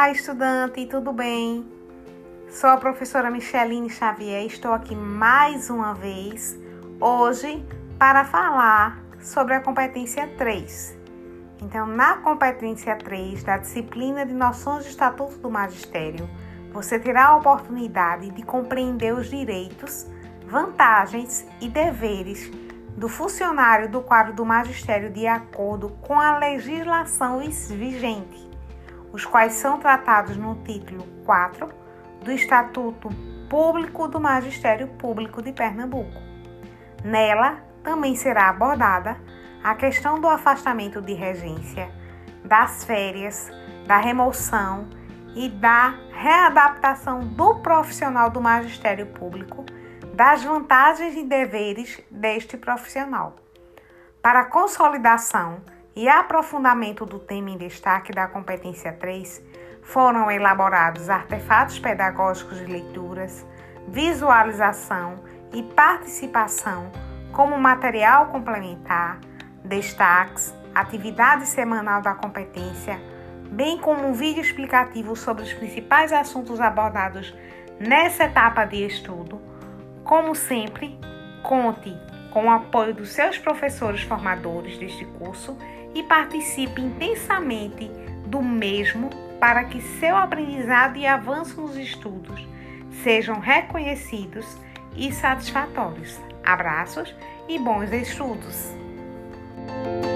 Olá, estudante, tudo bem? Sou a professora Micheline Xavier, estou aqui mais uma vez, hoje, para falar sobre a competência 3. Então, na competência 3 da disciplina de Noções do Estatuto do Magistério, você terá a oportunidade de compreender os direitos, vantagens e deveres do funcionário do quadro do magistério de acordo com a legislação vigente, os quais são tratados no título 4 do Estatuto Público do Magistério Público de Pernambuco. Nela, também será abordada a questão do afastamento de regência, das férias, da remoção e da readaptação do profissional do magistério público, das vantagens e deveres deste profissional. Para a consolidação e aprofundamento do tema em destaque da competência 3, foram elaborados artefatos pedagógicos de leituras, visualização e participação como material complementar, destaques, atividade semanal da competência, bem como um vídeo explicativo sobre os principais assuntos abordados nessa etapa de estudo. Como sempre, conte com o apoio dos seus professores formadores deste curso e participe intensamente do mesmo para que seu aprendizado e avanço nos estudos sejam reconhecidos e satisfatórios. Abraços e bons estudos!